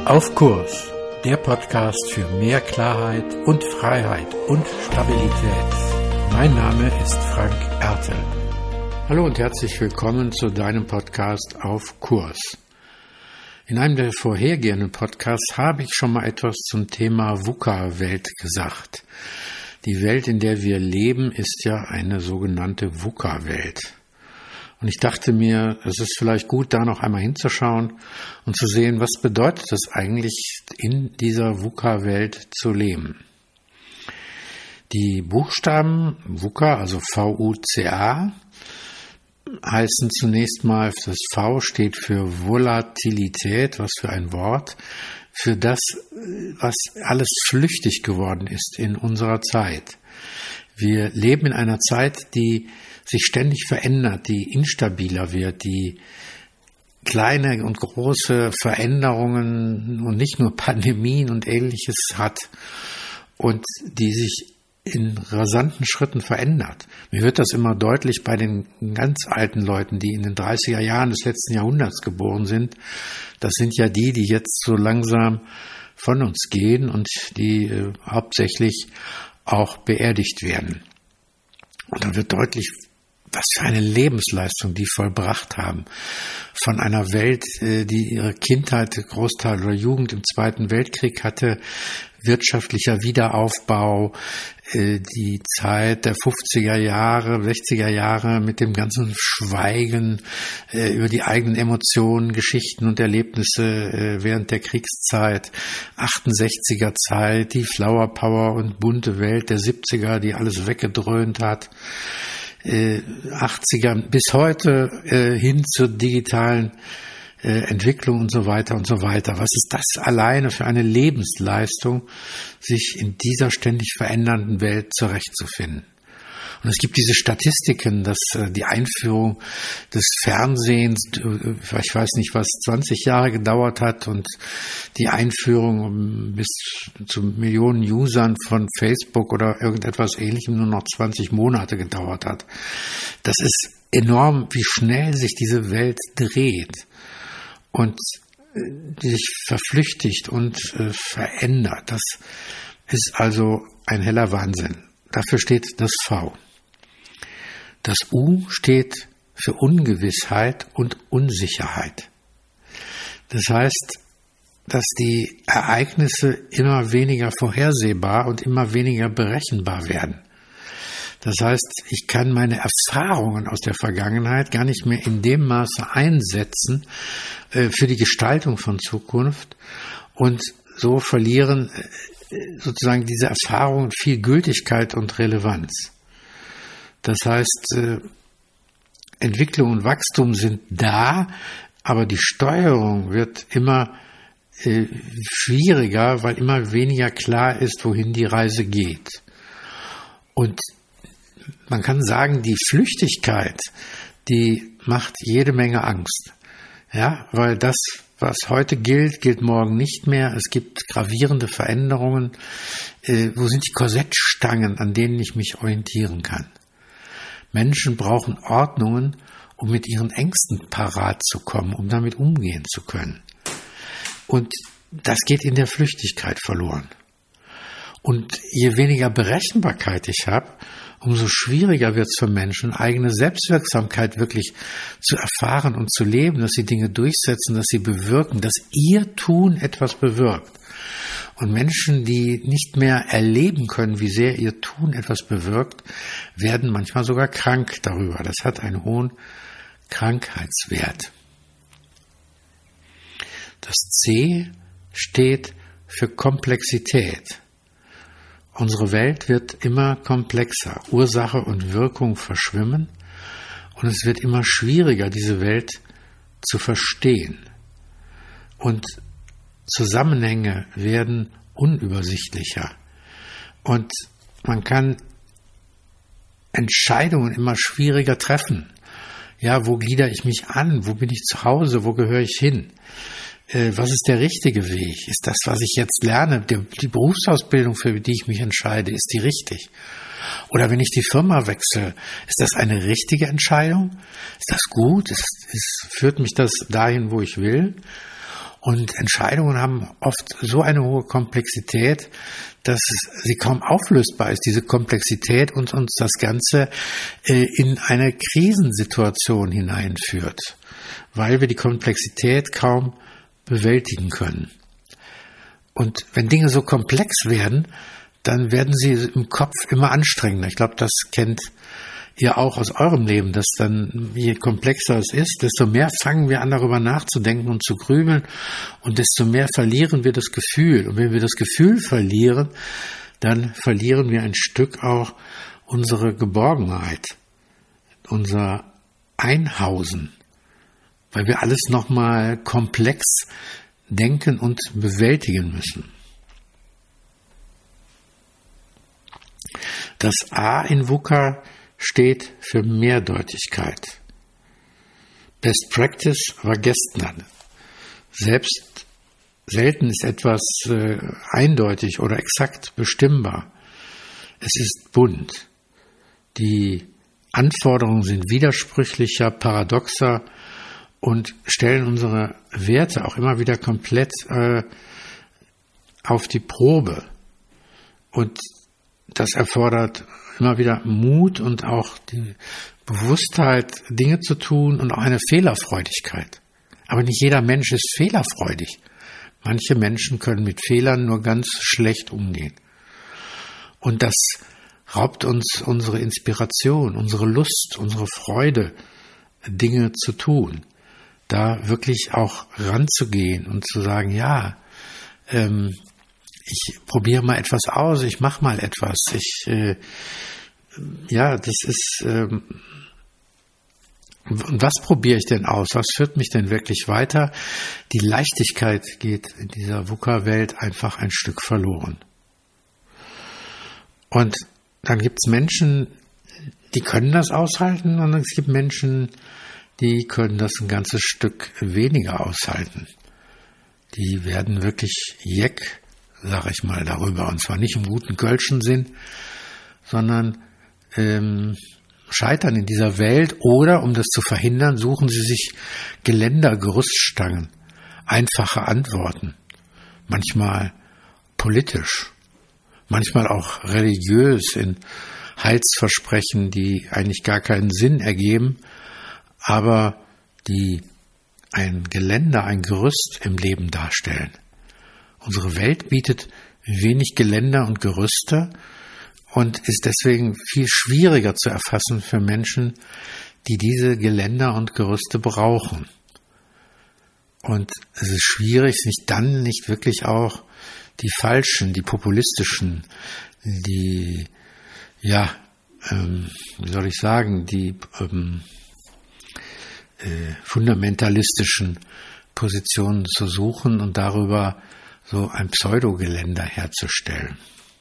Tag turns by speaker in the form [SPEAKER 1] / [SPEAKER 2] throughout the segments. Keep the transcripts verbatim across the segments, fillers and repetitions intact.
[SPEAKER 1] Auf Kurs, der Podcast für mehr Klarheit und Freiheit und Stabilität. Mein Name ist Frank Ertel. Hallo und herzlich willkommen zu deinem Podcast Auf Kurs. In einem der vorhergehenden Podcasts habe ich schon mal etwas zum Thema VUCA-Welt gesagt. Die Welt, in der wir leben, ist ja eine sogenannte VUCA-Welt. Und ich dachte mir, es ist vielleicht gut, da noch einmal hinzuschauen und zu sehen, was bedeutet es eigentlich, in dieser VUCA-Welt zu leben. Die Buchstaben VUCA, also V U C A, heißen zunächst mal, das V steht für Volatilität, was für ein Wort, für das, was alles flüchtig geworden ist in unserer Zeit. Wir leben in einer Zeit, die sich ständig verändert, die instabiler wird, die kleine und große Veränderungen und nicht nur Pandemien und Ähnliches hat und die sich in rasanten Schritten verändert. Mir wird das immer deutlich bei den ganz alten Leuten, die in den dreißiger Jahren des letzten Jahrhunderts geboren sind. Das sind ja die, die jetzt so langsam von uns gehen und die äh, hauptsächlich auch beerdigt werden. Und da wird deutlich, was für eine Lebensleistung die vollbracht haben. Von einer Welt, die ihre Kindheit, Großteil oder Jugend im Zweiten Weltkrieg hatte, wirtschaftlicher Wiederaufbau, die Zeit der fünfziger Jahre, sechziger Jahre mit dem ganzen Schweigen über die eigenen Emotionen, Geschichten und Erlebnisse während der Kriegszeit, achtundsechziger Zeit, die Flower Power und bunte Welt der siebziger, die alles weggedröhnt hat, achtziger bis heute hin zur digitalen Entwicklung und so weiter und so weiter. Was ist das alleine für eine Lebensleistung, sich in dieser ständig verändernden Welt zurechtzufinden? Und es gibt diese Statistiken, dass die Einführung des Fernsehens, ich weiß nicht, was zwanzig Jahre gedauert hat und die Einführung bis zu Millionen Usern von Facebook oder irgendetwas Ähnlichem nur noch zwanzig Monate gedauert hat. Das ist enorm, wie schnell sich diese Welt dreht und sich verflüchtigt und äh, verändert. Das ist also ein heller Wahnsinn. Dafür steht das V. Das U steht für Ungewissheit und Unsicherheit. Das heißt, dass die Ereignisse immer weniger vorhersehbar und immer weniger berechenbar werden. Das heißt, ich kann meine Erfahrungen aus der Vergangenheit gar nicht mehr in dem Maße einsetzen äh, für die Gestaltung von Zukunft und so verlieren äh, sozusagen diese Erfahrungen viel Gültigkeit und Relevanz. Das heißt, äh, Entwicklung und Wachstum sind da, aber die Steuerung wird immer äh, schwieriger, weil immer weniger klar ist, wohin die Reise geht. Und man kann sagen, die Flüchtigkeit, die macht jede Menge Angst. Ja, weil das, was heute gilt, gilt morgen nicht mehr. Es gibt gravierende Veränderungen. Äh, wo sind die Korsettstangen, an denen ich mich orientieren kann? Menschen brauchen Ordnungen, um mit ihren Ängsten parat zu kommen, um damit umgehen zu können. Und das geht in der Flüchtigkeit verloren. Und je weniger Berechenbarkeit ich habe, umso schwieriger wird es für Menschen, eigene Selbstwirksamkeit wirklich zu erfahren und zu leben, dass sie Dinge durchsetzen, dass sie bewirken, dass ihr Tun etwas bewirkt. Und Menschen, die nicht mehr erleben können, wie sehr ihr Tun etwas bewirkt, werden manchmal sogar krank darüber. Das hat einen hohen Krankheitswert. Das C steht für Komplexität. Unsere Welt wird immer komplexer. Ursache und Wirkung verschwimmen und es wird immer schwieriger, diese Welt zu verstehen. Und Zusammenhänge werden unübersichtlicher. Und man kann Entscheidungen immer schwieriger treffen. Ja, wo gliedere ich mich an? Wo bin ich zu Hause? Wo gehöre ich hin? Was ist der richtige Weg? Ist das, was ich jetzt lerne, die Berufsausbildung, für die ich mich entscheide, ist die richtig? Oder wenn ich die Firma wechsle, ist das eine richtige Entscheidung? Ist das gut? Ist, ist, führt mich das dahin, wo ich will? Und Entscheidungen haben oft so eine hohe Komplexität, dass sie kaum auflösbar ist, diese Komplexität, und uns das Ganze äh, in eine Krisensituation hineinführt, weil wir die Komplexität kaum bewältigen können. Und wenn Dinge so komplex werden, dann werden sie im Kopf immer anstrengender. Ich glaube, das kennt ihr auch aus eurem Leben, dass dann, je komplexer es ist, desto mehr fangen wir an, darüber nachzudenken und zu grübeln, und desto mehr verlieren wir das Gefühl. Und wenn wir das Gefühl verlieren, dann verlieren wir ein Stück auch unsere Geborgenheit, unser Einhausen, weil wir alles nochmal komplex denken und bewältigen müssen. Das A in VUCA steht für Mehrdeutigkeit. Best Practice war gestern. Selbst selten ist etwas äh, eindeutig oder exakt bestimmbar. Es ist bunt. Die Anforderungen sind widersprüchlicher, paradoxer und stellen unsere Werte auch immer wieder komplett äh, auf die Probe. Und das erfordert immer wieder Mut und auch die Bewusstheit, Dinge zu tun, und auch eine Fehlerfreudigkeit. Aber nicht jeder Mensch ist fehlerfreudig. Manche Menschen können mit Fehlern nur ganz schlecht umgehen. Und das raubt uns unsere Inspiration, unsere Lust, unsere Freude, Dinge zu tun. Da wirklich auch ranzugehen und zu sagen, ja, ähm, ich probiere mal etwas aus, ich mache mal etwas. Ich, äh, ja, das ist, ähm, und was probiere ich denn aus? Was führt mich denn wirklich weiter? Die Leichtigkeit geht in dieser VUCA-Welt einfach ein Stück verloren. Und dann gibt es Menschen, die können das aushalten, und es gibt Menschen, die können das ein ganzes Stück weniger aushalten. Die werden wirklich jeck, sage ich mal, darüber. Und zwar nicht im guten kölschen Sinn, sondern ähm, scheitern in dieser Welt, oder, um das zu verhindern, suchen sie sich Geländer, Gerüststangen, einfache Antworten, manchmal politisch, manchmal auch religiös in Heilsversprechen, die eigentlich gar keinen Sinn ergeben, aber die ein Geländer, ein Gerüst im Leben darstellen. Unsere Welt bietet wenig Geländer und Gerüste und ist deswegen viel schwieriger zu erfassen für Menschen, die diese Geländer und Gerüste brauchen. Und es ist schwierig, sich dann nicht wirklich auch die falschen, die populistischen, die, ja, ähm, wie soll ich sagen, die ähm, äh, fundamentalistischen Positionen zu suchen und darüber so ein Pseudogeländer herzustellen.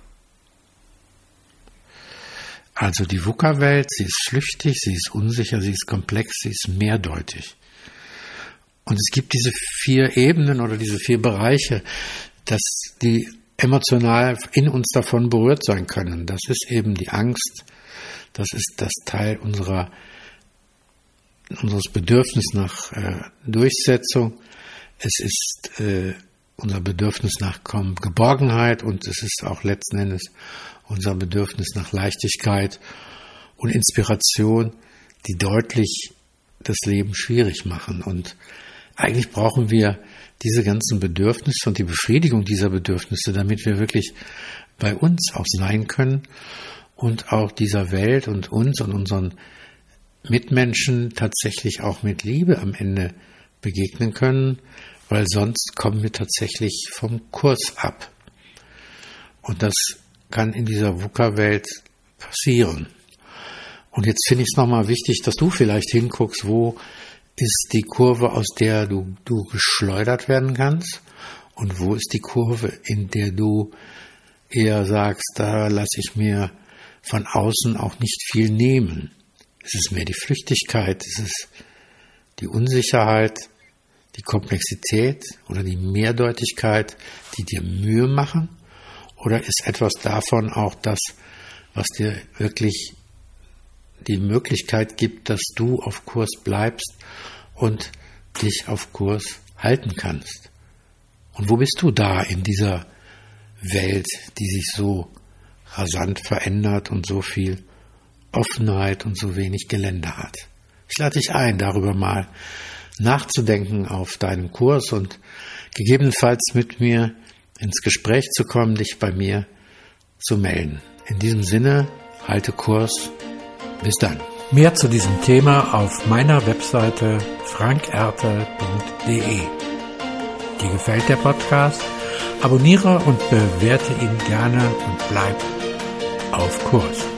[SPEAKER 1] Also die VUCA-Welt, sie ist flüchtig, sie ist unsicher, sie ist komplex, sie ist mehrdeutig. Und es gibt diese vier Ebenen oder diese vier Bereiche, dass die emotional in uns davon berührt sein können. Das ist eben die Angst, das ist das Teil unserer, unseres Bedürfnisses nach äh, Durchsetzung, es ist äh, unser Bedürfnis nach Geborgenheit und es ist auch letzten Endes unser Bedürfnis nach Leichtigkeit und Inspiration, die deutlich das Leben schwierig machen. Und eigentlich brauchen wir diese ganzen Bedürfnisse und die Befriedigung dieser Bedürfnisse, damit wir wirklich bei uns auch sein können und auch dieser Welt und uns und unseren Mitmenschen tatsächlich auch mit Liebe am Ende begegnen können, weil sonst kommen wir tatsächlich vom Kurs ab. Und das kann in dieser VUCA-Welt passieren. Und jetzt finde ich es nochmal wichtig, dass du vielleicht hinguckst, wo ist die Kurve, aus der du, du geschleudert werden kannst, und wo ist die Kurve, in der du eher sagst, da lasse ich mir von außen auch nicht viel nehmen. Es ist mehr die Flüchtigkeit, es ist die Unsicherheit, die Komplexität oder die Mehrdeutigkeit, die dir Mühe machen, oder ist etwas davon auch das, was dir wirklich die Möglichkeit gibt, dass du auf Kurs bleibst und dich auf Kurs halten kannst? Und wo bist du da in dieser Welt, die sich so rasant verändert und so viel Offenheit und so wenig Gelände hat? Ich lade dich ein, darüber mal nachzudenken auf deinem Kurs und gegebenenfalls mit mir ins Gespräch zu kommen, dich bei mir zu melden. In diesem Sinne, halte Kurs. Bis dann. Mehr zu diesem Thema auf meiner Webseite frank ertel punkt de. Dir gefällt der Podcast? Abonniere und bewerte ihn gerne und bleib auf Kurs.